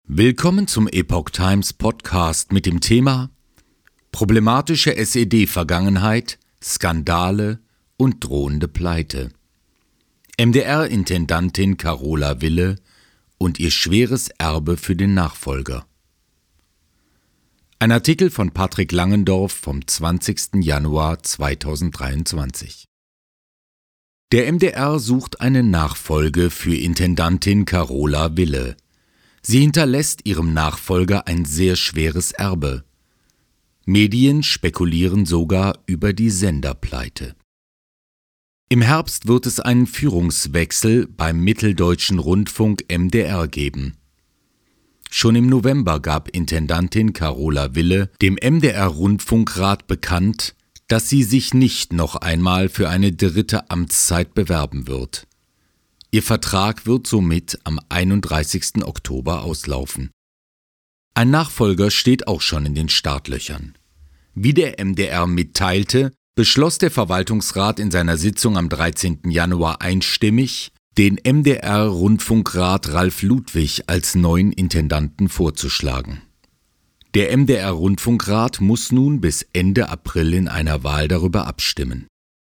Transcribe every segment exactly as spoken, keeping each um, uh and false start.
Willkommen zum Epoch Times Podcast mit dem Thema Problematische S E D-Vergangenheit, Skandale und drohende Pleite. M D R-Intendantin Carola Wille und ihr schweres Erbe für den Nachfolger. Ein Artikel von Patrick Langendorf vom zwanzigsten Januar zweitausenddreiundzwanzig. Der M D R sucht eine Nachfolge für Intendantin Carola Wille. Sie hinterlässt ihrem Nachfolger ein sehr schweres Erbe. Medien spekulieren sogar über die Senderpleite. Im Herbst wird es einen Führungswechsel beim Mitteldeutschen Rundfunk M D R geben. Schon im November gab Intendantin Carola Wille dem M D R-Rundfunkrat bekannt, dass sie sich nicht noch einmal für eine dritte Amtszeit bewerben wird. Ihr Vertrag wird somit am einunddreißigsten Oktober auslaufen. Ein Nachfolger steht auch schon in den Startlöchern. Wie der M D R mitteilte, beschloss der Verwaltungsrat in seiner Sitzung am dreizehnten Januar einstimmig, den M D R-Rundfunkrat Ralf Ludwig als neuen Intendanten vorzuschlagen. Der M D R-Rundfunkrat muss nun bis Ende April in einer Wahl darüber abstimmen.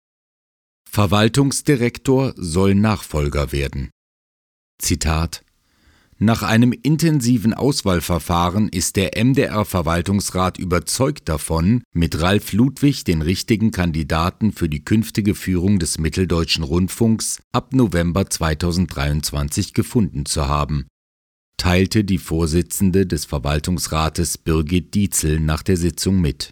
Verwaltungsdirektor soll Nachfolger werden. Zitat: Nach einem intensiven Auswahlverfahren ist der M D R-Verwaltungsrat überzeugt davon, mit Ralf Ludwig den richtigen Kandidaten für die künftige Führung des Mitteldeutschen Rundfunks ab November zweitausenddreiundzwanzig gefunden zu haben, teilte die Vorsitzende des Verwaltungsrates Birgit Dietzel nach der Sitzung mit.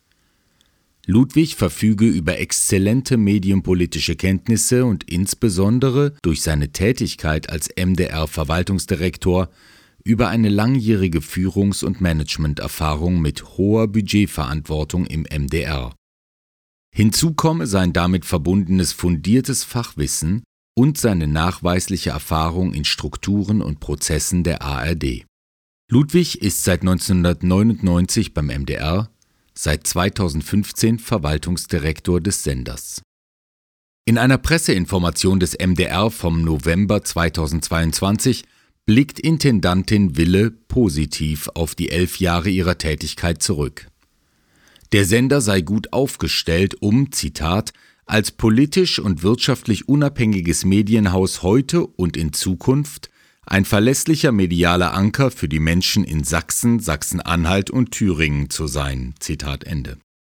Ludwig verfüge über exzellente medienpolitische Kenntnisse und insbesondere durch seine Tätigkeit als M D R-Verwaltungsdirektor über eine langjährige Führungs- und Managementerfahrung mit hoher Budgetverantwortung im M D R. Hinzu komme sein damit verbundenes fundiertes Fachwissen und seine nachweisliche Erfahrung in Strukturen und Prozessen der A R D. Ludwig ist seit neunzehnhundertneunundneunzig beim M D R, seit zweitausendfünfzehn Verwaltungsdirektor des Senders. In einer Presseinformation des M D R vom November zweitausendzweiundzwanzig blickt Intendantin Wille positiv auf die elf Jahre ihrer Tätigkeit zurück. Der Sender sei gut aufgestellt, um, Zitat, als politisch und wirtschaftlich unabhängiges Medienhaus heute und in Zukunft ein verlässlicher medialer Anker für die Menschen in Sachsen, Sachsen-Anhalt und Thüringen zu sein. Zitat Ende.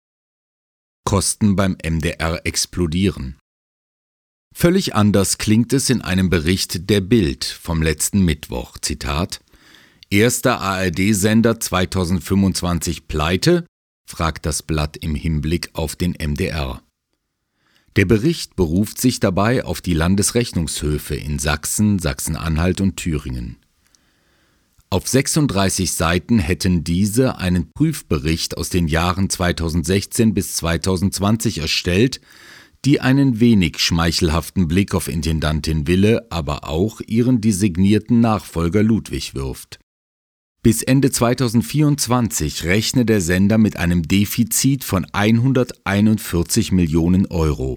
Kosten beim M D R explodieren. Völlig anders klingt es in einem Bericht der Bild vom letzten Mittwoch. Zitat: Erster A R D-Sender zweitausendfünfundzwanzig pleite? Fragt das Blatt im Hinblick auf den M D R. Der Bericht beruft sich dabei auf die Landesrechnungshöfe in Sachsen, Sachsen-Anhalt und Thüringen. Auf sechsunddreißig Seiten hätten diese einen Prüfbericht aus den Jahren zweitausendsechzehn bis zweitausendzwanzig erstellt, die einen wenig schmeichelhaften Blick auf Intendantin Wille, aber auch ihren designierten Nachfolger Ludwig wirft. Bis Ende zweitausendvierundzwanzig rechne der Sender mit einem Defizit von hunderteinundvierzig Millionen Euro.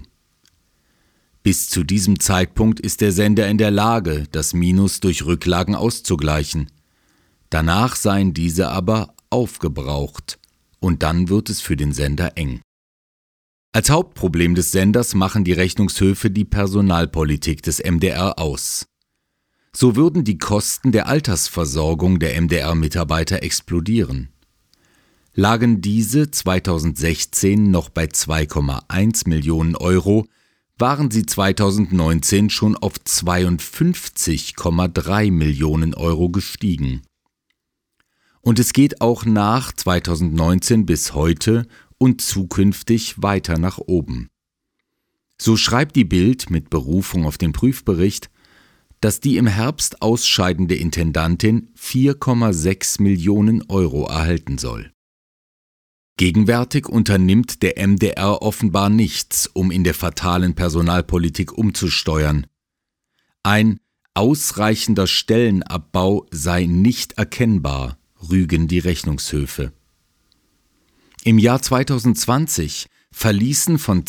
Bis zu diesem Zeitpunkt ist der Sender in der Lage, das Minus durch Rücklagen auszugleichen. Danach seien diese aber aufgebraucht und dann wird es für den Sender eng. Als Hauptproblem des Senders machen die Rechnungshöfe die Personalpolitik des M D R aus. So würden die Kosten der Altersversorgung der M D R-Mitarbeiter explodieren. Lagen diese zweitausendsechzehn noch bei zwei Komma eins Millionen Euro, waren sie zweitausendneunzehn schon auf zweiundfünfzig Komma drei Millionen Euro gestiegen. Und es geht auch nach zweitausendneunzehn bis heute und zukünftig weiter nach oben. So schreibt die Bild mit Berufung auf den Prüfbericht, dass die im Herbst ausscheidende Intendantin vier Komma sechs Millionen Euro erhalten soll. Gegenwärtig unternimmt der M D R offenbar nichts, um in der fatalen Personalpolitik umzusteuern. Ein ausreichender Stellenabbau sei nicht erkennbar, rügen die Rechnungshöfe. Im Jahr zweitausendzwanzig verließen von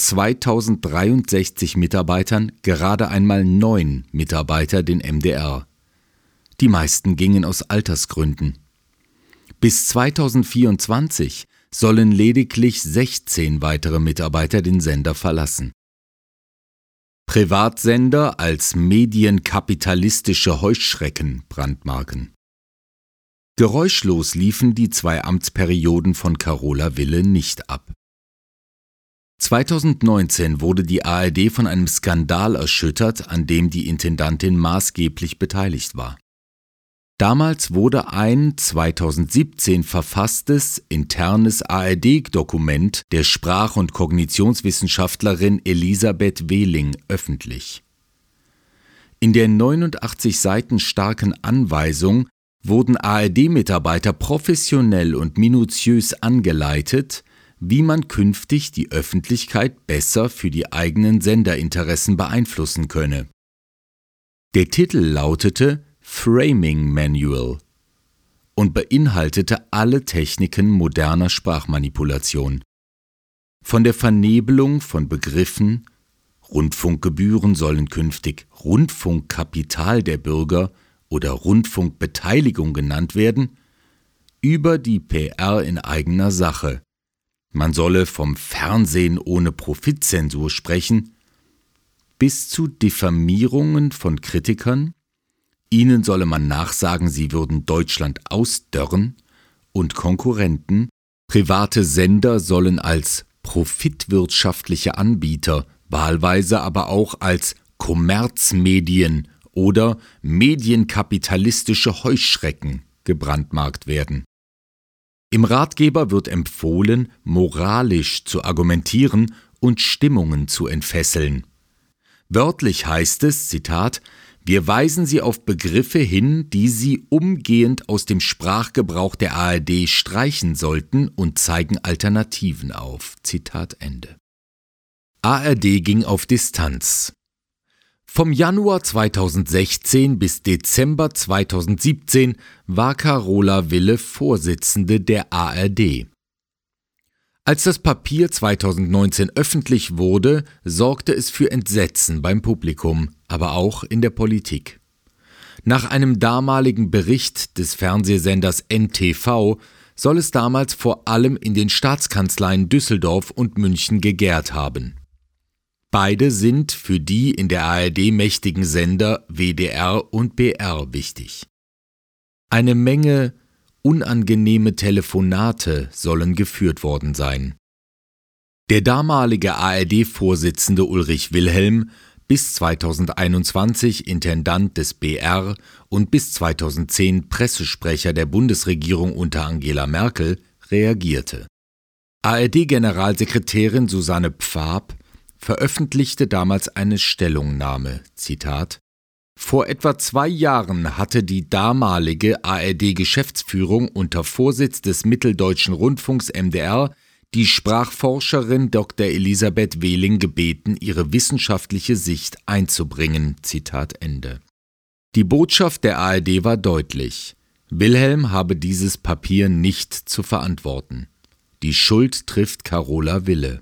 zweitausenddreiundsechzig Mitarbeitern gerade einmal neun Mitarbeiter den M D R. Die meisten gingen aus Altersgründen. Bis zweitausendvierundzwanzig sollen lediglich sechzehn weitere Mitarbeiter den Sender verlassen. Privatsender als medienkapitalistische Heuschrecken brandmarken. Geräuschlos liefen die zwei Amtsperioden von Carola Wille nicht ab. zweitausendneunzehn wurde die A R D von einem Skandal erschüttert, an dem die Intendantin maßgeblich beteiligt war. Damals wurde ein zweitausendsiebzehn verfasstes, internes A R D-Dokument der Sprach- und Kognitionswissenschaftlerin Elisabeth Wehling öffentlich. In der neunundachtzig Seiten starken Anweisung wurden A R D-Mitarbeiter professionell und minutiös angeleitet, wie man künftig die Öffentlichkeit besser für die eigenen Senderinteressen beeinflussen könne. Der Titel lautete Framing Manual und beinhaltete alle Techniken moderner Sprachmanipulation. Von der Vernebelung von Begriffen, Rundfunkgebühren sollen künftig Rundfunkkapital der Bürger oder Rundfunkbeteiligung genannt werden, über die P R in eigener Sache. Man solle vom Fernsehen ohne Profitzensur sprechen, bis zu Diffamierungen von Kritikern. Ihnen solle man nachsagen, sie würden Deutschland ausdörren, und Konkurrenten, private Sender sollen als profitwirtschaftliche Anbieter, wahlweise aber auch als Kommerzmedien oder medienkapitalistische Heuschrecken gebrandmarkt werden. Im Ratgeber wird empfohlen, moralisch zu argumentieren und Stimmungen zu entfesseln. Wörtlich heißt es, Zitat, wir weisen Sie auf Begriffe hin, die Sie umgehend aus dem Sprachgebrauch der A R D streichen sollten und zeigen Alternativen auf. Zitat Ende. A R D ging auf Distanz. Vom Januar zweitausendsechzehn bis Dezember zweitausendsiebzehn war Carola Wille Vorsitzende der A R D. Als das Papier zweitausendneunzehn öffentlich wurde, sorgte es für Entsetzen beim Publikum, aber auch in der Politik. Nach einem damaligen Bericht des Fernsehsenders N T V soll es damals vor allem in den Staatskanzleien Düsseldorf und München gegärt haben. Beide sind für die in der A R D mächtigen Sender W D R und B R wichtig. Eine Menge unangenehme Telefonate sollen geführt worden sein. Der damalige A R D-Vorsitzende Ulrich Wilhelm, bis zweitausendeinundzwanzig Intendant des B R und bis zweitausendzehn Pressesprecher der Bundesregierung unter Angela Merkel, reagierte. A R D-Generalsekretärin Susanne Pfaab veröffentlichte damals eine Stellungnahme, Zitat, vor etwa zwei Jahren hatte die damalige A R D-Geschäftsführung unter Vorsitz des Mitteldeutschen Rundfunks M D R die Sprachforscherin Doktor Elisabeth Wehling gebeten, ihre wissenschaftliche Sicht einzubringen. Zitat Ende. Die Botschaft der A R D war deutlich. Wilhelm habe dieses Papier nicht zu verantworten. Die Schuld trifft Carola Wille.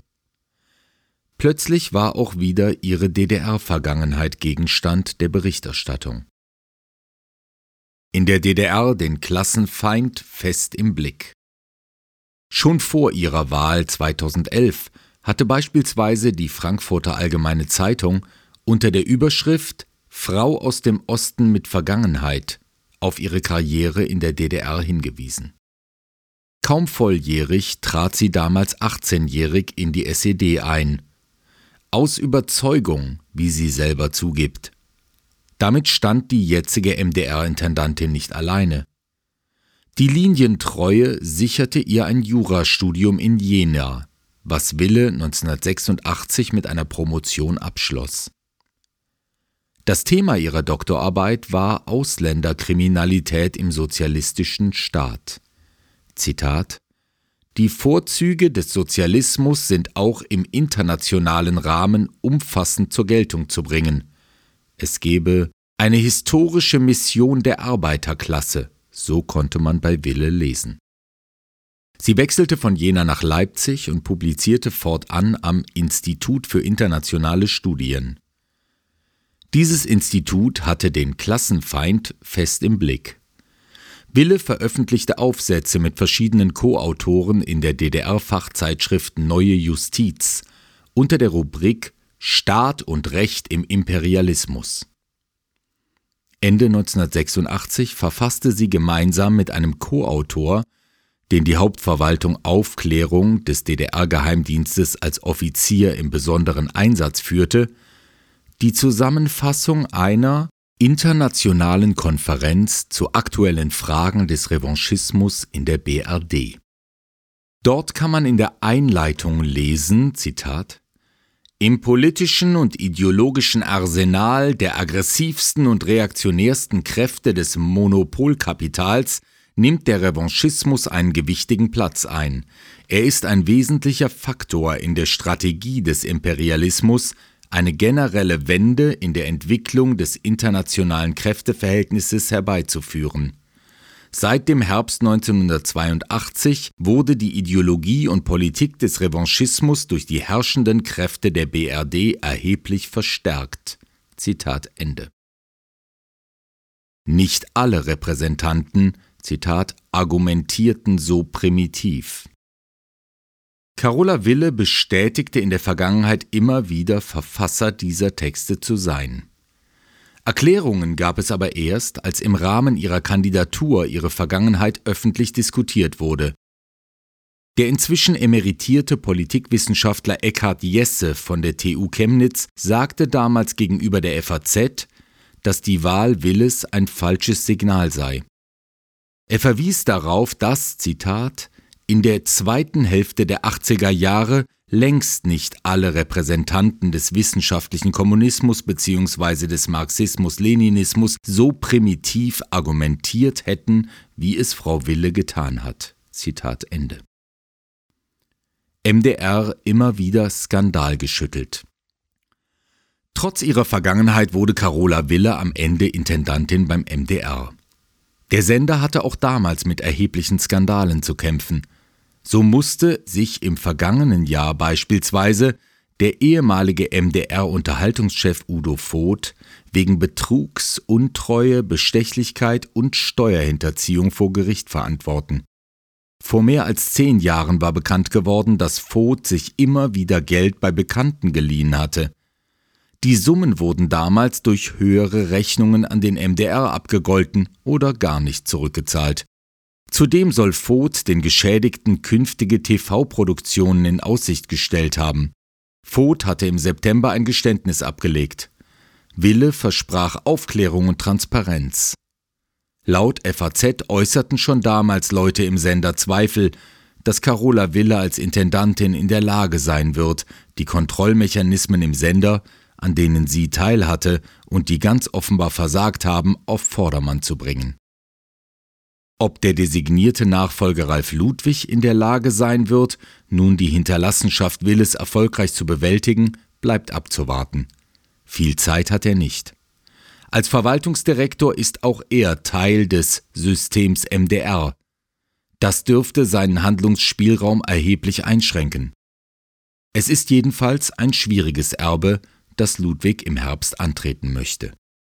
Plötzlich war auch wieder ihre D D R-Vergangenheit Gegenstand der Berichterstattung. In der D D R den Klassenfeind fest im Blick. Schon vor ihrer Wahl zweitausendelf hatte beispielsweise die Frankfurter Allgemeine Zeitung unter der Überschrift »Frau aus dem Osten mit Vergangenheit« auf ihre Karriere in der D D R hingewiesen. Kaum volljährig trat sie damals achtzehnjährig in die S E D ein. Aus Überzeugung, wie sie selber zugibt. Damit stand die jetzige M D R-Intendantin nicht alleine. Die Linientreue sicherte ihr ein Jurastudium in Jena, was Wille neunzehnhundertsechsundachtzig mit einer Promotion abschloss. Das Thema ihrer Doktorarbeit war Ausländerkriminalität im sozialistischen Staat. Zitat: Die Vorzüge des Sozialismus sind auch im internationalen Rahmen umfassend zur Geltung zu bringen. Es gebe eine historische Mission der Arbeiterklasse, so konnte man bei Wille lesen. Sie wechselte von Jena nach Leipzig und publizierte fortan am Institut für internationale Studien. Dieses Institut hatte den Klassenfeind fest im Blick. Wille veröffentlichte Aufsätze mit verschiedenen Co-Autoren in der D D R-Fachzeitschrift Neue Justiz unter der Rubrik Staat und Recht im Imperialismus. Ende neunzehnhundertsechsundachtzig verfasste sie gemeinsam mit einem Co-Autor, den die Hauptverwaltung Aufklärung des D D R-Geheimdienstes als Offizier im besonderen Einsatz führte, die Zusammenfassung einer internationalen Konferenz zu aktuellen Fragen des Revanchismus in der B R D. Dort kann man in der Einleitung lesen, Zitat, »Im politischen und ideologischen Arsenal der aggressivsten und reaktionärsten Kräfte des Monopolkapitals nimmt der Revanchismus einen gewichtigen Platz ein. Er ist ein wesentlicher Faktor in der Strategie des Imperialismus, eine generelle Wende in der Entwicklung des internationalen Kräfteverhältnisses herbeizuführen. Seit dem Herbst neunzehnhundertzweiundachtzig wurde die Ideologie und Politik des Revanchismus durch die herrschenden Kräfte der B R D erheblich verstärkt.« Zitat Ende. Nicht alle Repräsentanten, Zitat, argumentierten so primitiv. Carola Wille bestätigte in der Vergangenheit immer wieder, Verfasser dieser Texte zu sein. Erklärungen gab es aber erst, als im Rahmen ihrer Kandidatur ihre Vergangenheit öffentlich diskutiert wurde. Der inzwischen emeritierte Politikwissenschaftler Eckhard Jesse von der T U Chemnitz sagte damals gegenüber der F A Z, dass die Wahl Willes ein falsches Signal sei. Er verwies darauf, dass, Zitat, in der zweiten Hälfte der achtziger Jahre längst nicht alle Repräsentanten des wissenschaftlichen Kommunismus bzw. des Marxismus-Leninismus so primitiv argumentiert hätten, wie es Frau Wille getan hat. Zitat Ende. M D R immer wieder skandalgeschüttelt. Trotz ihrer Vergangenheit wurde Carola Wille am Ende Intendantin beim M D R. Der Sender hatte auch damals mit erheblichen Skandalen zu kämpfen. So musste sich im vergangenen Jahr beispielsweise der ehemalige M D R-Unterhaltungschef Udo Voth wegen Betrugs, Untreue, Bestechlichkeit und Steuerhinterziehung vor Gericht verantworten. Vor mehr als zehn Jahren war bekannt geworden, dass Voth sich immer wieder Geld bei Bekannten geliehen hatte. Die Summen wurden damals durch höhere Rechnungen an den M D R abgegolten oder gar nicht zurückgezahlt. Zudem soll Voth den Geschädigten künftige T V-Produktionen in Aussicht gestellt haben. Voth hatte im September ein Geständnis abgelegt. Wille versprach Aufklärung und Transparenz. Laut F A Z äußerten schon damals Leute im Sender Zweifel, dass Carola Wille als Intendantin in der Lage sein wird, die Kontrollmechanismen im Sender, an denen sie teilhatte und die ganz offenbar versagt haben, auf Vordermann zu bringen. Ob der designierte Nachfolger Ralf Ludwig in der Lage sein wird, nun die Hinterlassenschaft Willes erfolgreich zu bewältigen, bleibt abzuwarten. Viel Zeit hat er nicht. Als Verwaltungsdirektor ist auch er Teil des Systems M D R. Das dürfte seinen Handlungsspielraum erheblich einschränken. Es ist jedenfalls ein schwieriges Erbe, das Ludwig im Herbst antreten möchte.